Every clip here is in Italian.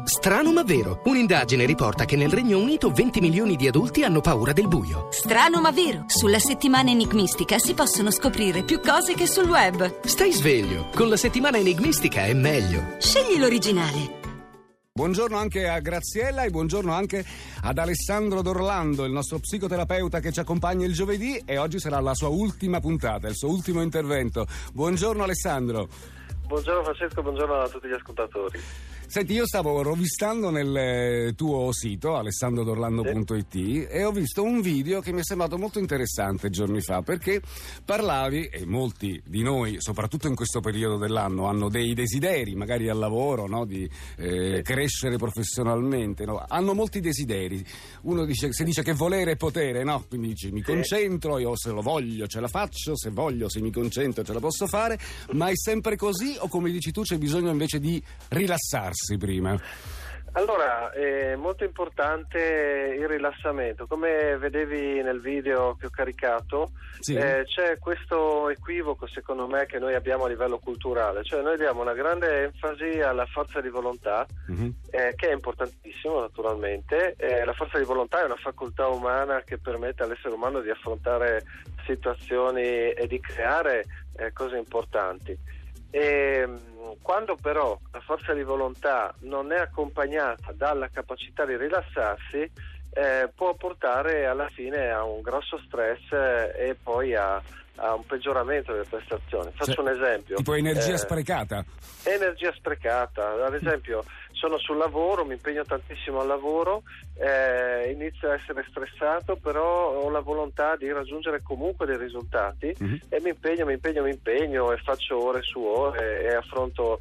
Strano ma vero. Un'indagine riporta che nel Regno Unito 20 milioni di adulti hanno paura del buio. Strano ma vero. Sulla settimana enigmistica si possono scoprire più cose che sul web. Stai sveglio. Con la settimana enigmistica è meglio. Scegli l'originale. Buongiorno anche a Graziella e buongiorno anche ad Alessandro D'Orlando, il nostro psicoterapeuta che ci accompagna il giovedì, e oggi sarà la sua ultima puntata, il suo ultimo intervento. Buongiorno Alessandro. Buongiorno Francesco, buongiorno a tutti gli ascoltatori. Senti, io stavo rovistando nel tuo sito alessandrodorlando.it e ho visto un video che mi è sembrato molto interessante giorni fa, perché parlavi, e molti di noi, soprattutto in questo periodo dell'anno, hanno dei desideri, magari al lavoro, no? Di crescere professionalmente, no? Hanno molti desideri. Uno si dice che volere è potere, no? Quindi dici mi concentro, io se lo voglio ce la faccio, se voglio, se mi concentro ce la posso fare, ma è sempre così o, come dici tu, c'è bisogno invece di rilassarsi prima? Allora, è molto importante il rilassamento. Come vedevi nel video che ho caricato, c'è questo equivoco, secondo me, che noi abbiamo a livello culturale. Cioè noi diamo una grande enfasi alla forza di volontà, che è importantissimo naturalmente. La forza di volontà è una facoltà umana che permette all'essere umano di affrontare situazioni e di creare cose importanti. E quando però la forza di volontà non è accompagnata dalla capacità di rilassarsi, può portare alla fine a un grosso stress e poi a un peggioramento delle prestazioni. Faccio un esempio. Tipo energia sprecata. Energia sprecata. Ad esempio, sono sul lavoro, mi impegno tantissimo al lavoro, inizio a essere stressato, però ho la volontà di raggiungere comunque dei risultati e mi impegno e faccio ore su ore e affronto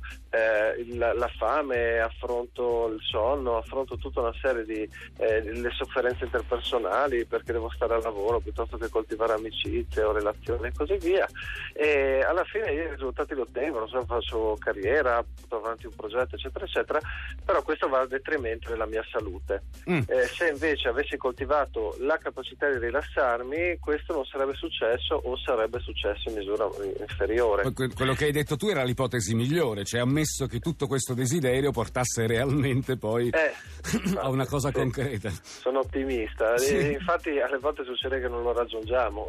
la fame, affronto il sonno, affronto tutta una serie di le sofferenze interpersonali perché devo stare al lavoro piuttosto che coltivare amicizie o relazioni e così via, e alla fine i risultati li ottengo, non so, faccio carriera, porto avanti un progetto eccetera eccetera, però questo va a detrimento della mia salute. Se invece avessi coltivato la capacità di rilassarmi, questo non sarebbe successo o sarebbe successo in misura inferiore. Quello che hai detto tu era l'ipotesi migliore, cioè ammesso che tutto questo desiderio portasse realmente poi a una cosa concreta. Sono ottimista, infatti alle volte succede che non lo raggiungiamo.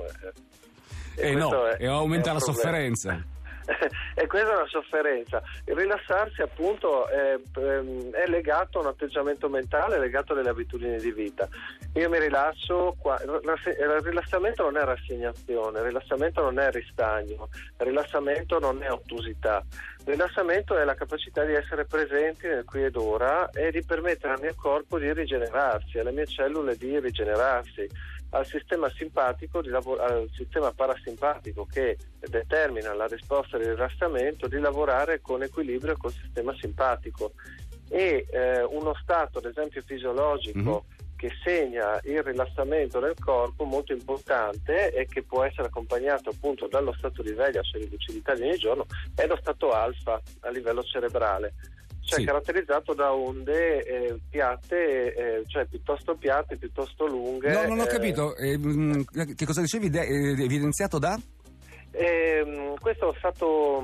E aumenta la sofferenza. E questa è una sofferenza. Il rilassarsi appunto è legato a un atteggiamento mentale, è legato alle abitudini di vita. Io mi rilasso il rilassamento non è rassegnazione, il rilassamento non è ristagno, il rilassamento non è ottusità. Il rilassamento è la capacità di essere presenti nel qui ed ora e di permettere al mio corpo di rigenerarsi, alle mie cellule di rigenerarsi, al sistema simpatico al sistema parasimpatico che determina la risposta di rilassamento di lavorare con equilibrio col sistema simpatico, e uno stato ad esempio fisiologico che segna il rilassamento del corpo molto importante e che può essere accompagnato appunto dallo stato di veglia, cioè di lucidità di ogni giorno, è lo stato alfa a livello cerebrale. Cioè caratterizzato da onde piatte, cioè piuttosto piatte, piuttosto lunghe. No, non ho capito. Che cosa dicevi? Evidenziato da? Questo stato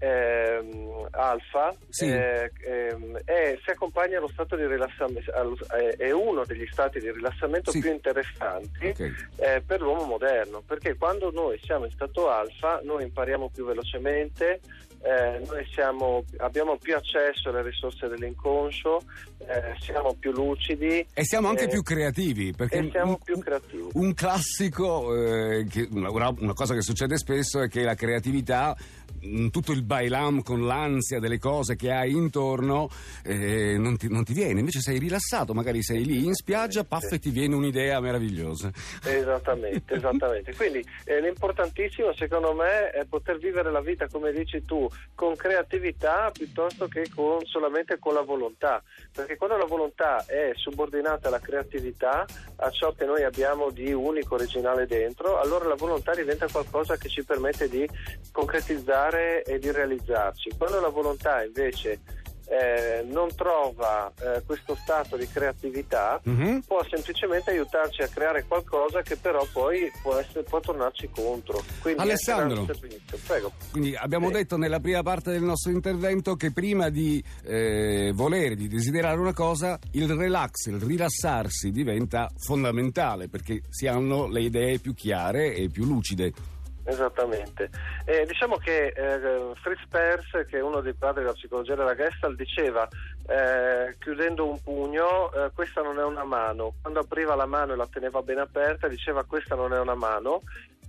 alfa si accompagna allo stato di rilassamento, è uno degli stati di rilassamento più interessanti per l'uomo moderno, perché quando noi siamo in stato alfa noi impariamo più velocemente, noi abbiamo più accesso alle risorse dell'inconscio, siamo più lucidi e siamo anche più creativi, perché un classico una cosa che succede spesso è che la creatività, tutto il bailam con l'ansia delle cose che hai intorno, non ti viene. Invece sei rilassato, magari sei lì in spiaggia, e ti viene un'idea meravigliosa. Esattamente. Quindi l'importantissimo secondo me è poter vivere la vita, come dici tu, con creatività piuttosto che solamente con la volontà, perché quando la volontà è subordinata alla creatività, a ciò che noi abbiamo di unico, originale dentro, allora la volontà diventa qualcosa che ci permette di concretizzare e di realizzarci. Quando la volontà invece non trova questo stato di creatività, può semplicemente aiutarci a creare qualcosa che però poi può tornarci contro. Quindi Alessandro, prego. Quindi abbiamo detto nella prima parte del nostro intervento che prima di volere, di desiderare una cosa, il relax, il rilassarsi diventa fondamentale, perché si hanno le idee più chiare e più lucide. Esattamente. Diciamo che Fritz Perls, che è uno dei padri della psicologia della Gestalt, diceva, chiudendo un pugno, questa non è una mano. Quando apriva la mano e la teneva ben aperta, diceva questa non è una mano,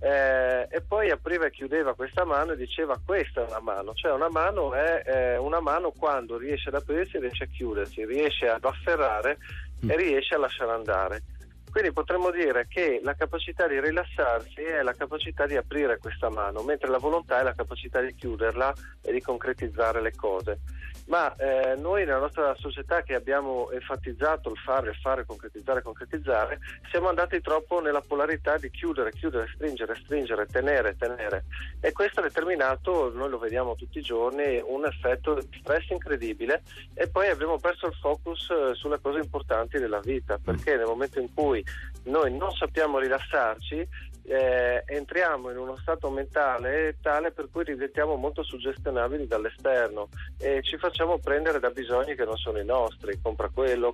e poi apriva e chiudeva questa mano e diceva questa è una mano. Cioè una mano è una mano quando riesce ad aprirsi, riesce a chiudersi, riesce ad afferrare e riesce a lasciare andare. Quindi potremmo dire che la capacità di rilassarsi è la capacità di aprire questa mano, mentre la volontà è la capacità di chiuderla e di concretizzare le cose. Ma noi nella nostra società, che abbiamo enfatizzato il fare, concretizzare, siamo andati troppo nella polarità di chiudere, stringere, tenere. E questo ha determinato, noi lo vediamo tutti i giorni, un effetto di stress incredibile, e poi abbiamo perso il focus sulle cose importanti della vita, perché nel momento in cui noi non sappiamo rilassarci, entriamo in uno stato mentale tale per cui diventiamo molto suggestionabili dall'esterno e ci facciamo prendere da bisogni che non sono i nostri. Compra quello,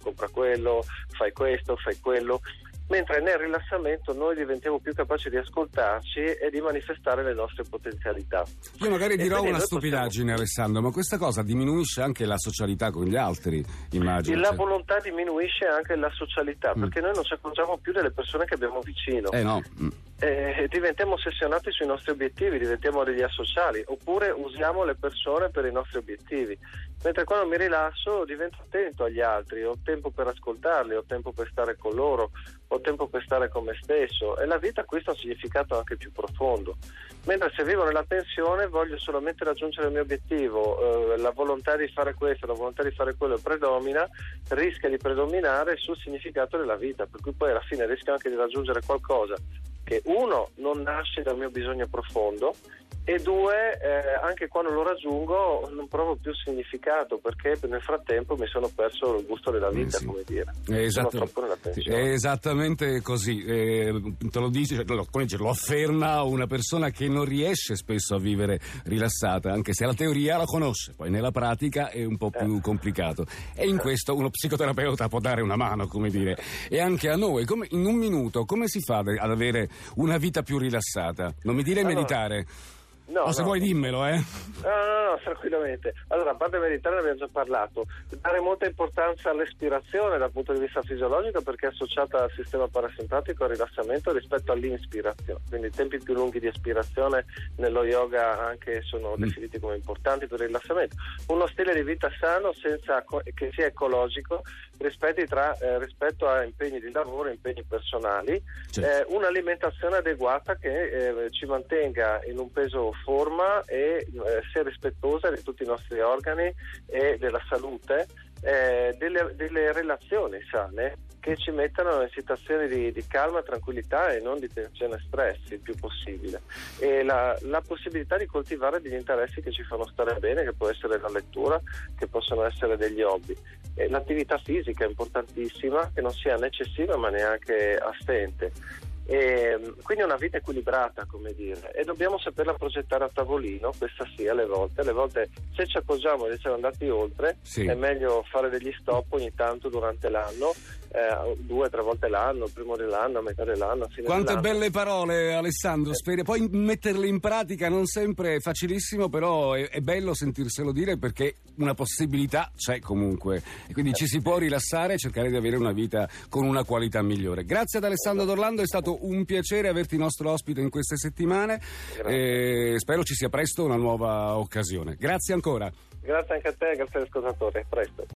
fai questo, fai quello. Mentre nel rilassamento noi diventiamo più capaci di ascoltarci e di manifestare le nostre potenzialità. Io magari dirò una stupidaggine, Alessandro, ma questa cosa diminuisce anche la socialità con gli altri, immagino. La volontà diminuisce anche la socialità, perché noi non ci accorgiamo più delle persone che abbiamo vicino. No. Diventiamo ossessionati sui nostri obiettivi, diventiamo degli asociali, oppure usiamo le persone per i nostri obiettivi. Mentre quando mi rilasso divento attento agli altri, ho tempo per ascoltarli, ho tempo per stare con loro, ho tempo per stare con me stesso, e la vita acquista un significato anche più profondo. Mentre se vivo nella tensione voglio solamente raggiungere il mio obiettivo, la volontà di fare questo, la volontà di fare quello rischia di predominare sul significato della vita, per cui poi alla fine rischio anche di raggiungere qualcosa che, uno, non nasce dal mio bisogno profondo, e due, anche quando lo raggiungo non provo più significato, perché nel frattempo mi sono perso il gusto della vita, come dire. Sono troppo nella tensione. È esattamente così. Te lo dice, lo afferma una persona che non riesce spesso a vivere rilassata, anche se la teoria la conosce, poi nella pratica è un po' più complicato. E in questo uno psicoterapeuta può dare una mano, come dire. E anche a noi, in un minuto, come si fa ad avere una vita più rilassata? Non mi dire meditare. No, se vuoi dimmelo, No, tranquillamente. Allora, a parte meditare ne abbiamo già parlato. Dare molta importanza all'espirazione dal punto di vista fisiologico, perché è associata al sistema parasimpatico, al rilassamento, rispetto all'inspirazione. Quindi i tempi più lunghi di espirazione nello yoga anche sono definiti come importanti per il rilassamento. Uno stile di vita sano che sia ecologico rispetto a impegni di lavoro, impegni personali, un'alimentazione adeguata che ci mantenga in un peso forma e sia rispettosa di tutti i nostri organi e della salute, delle relazioni sane che ci mettano in situazioni di calma, tranquillità e non di tensione e stress il più possibile, e la possibilità di coltivare degli interessi che ci fanno stare bene, che può essere la lettura, che possono essere degli hobby. L'attività fisica è importantissima, che non sia né eccessiva ma neanche assente. E quindi una vita equilibrata, come dire, e dobbiamo saperla progettare a tavolino, questa sì, alle volte se ci accorgiamo di essere andati oltre, è meglio fare degli stop ogni tanto durante l'anno, 2 o 3 volte l'anno, il primo dell'anno, a metà dell'anno, a fine Quante dell'anno. belle parole, Alessandro. Poi metterle in pratica non sempre è facilissimo, però è bello sentirselo dire, perché una possibilità c'è comunque, e quindi ci si può rilassare e cercare di avere una vita con una qualità migliore. Grazie ad Alessandro D'Orlando, è stato un piacere averti nostro ospite in queste settimane, spero ci sia presto una nuova occasione. Grazie ancora. Grazie anche a te, grazie agli ascoltatori, presto.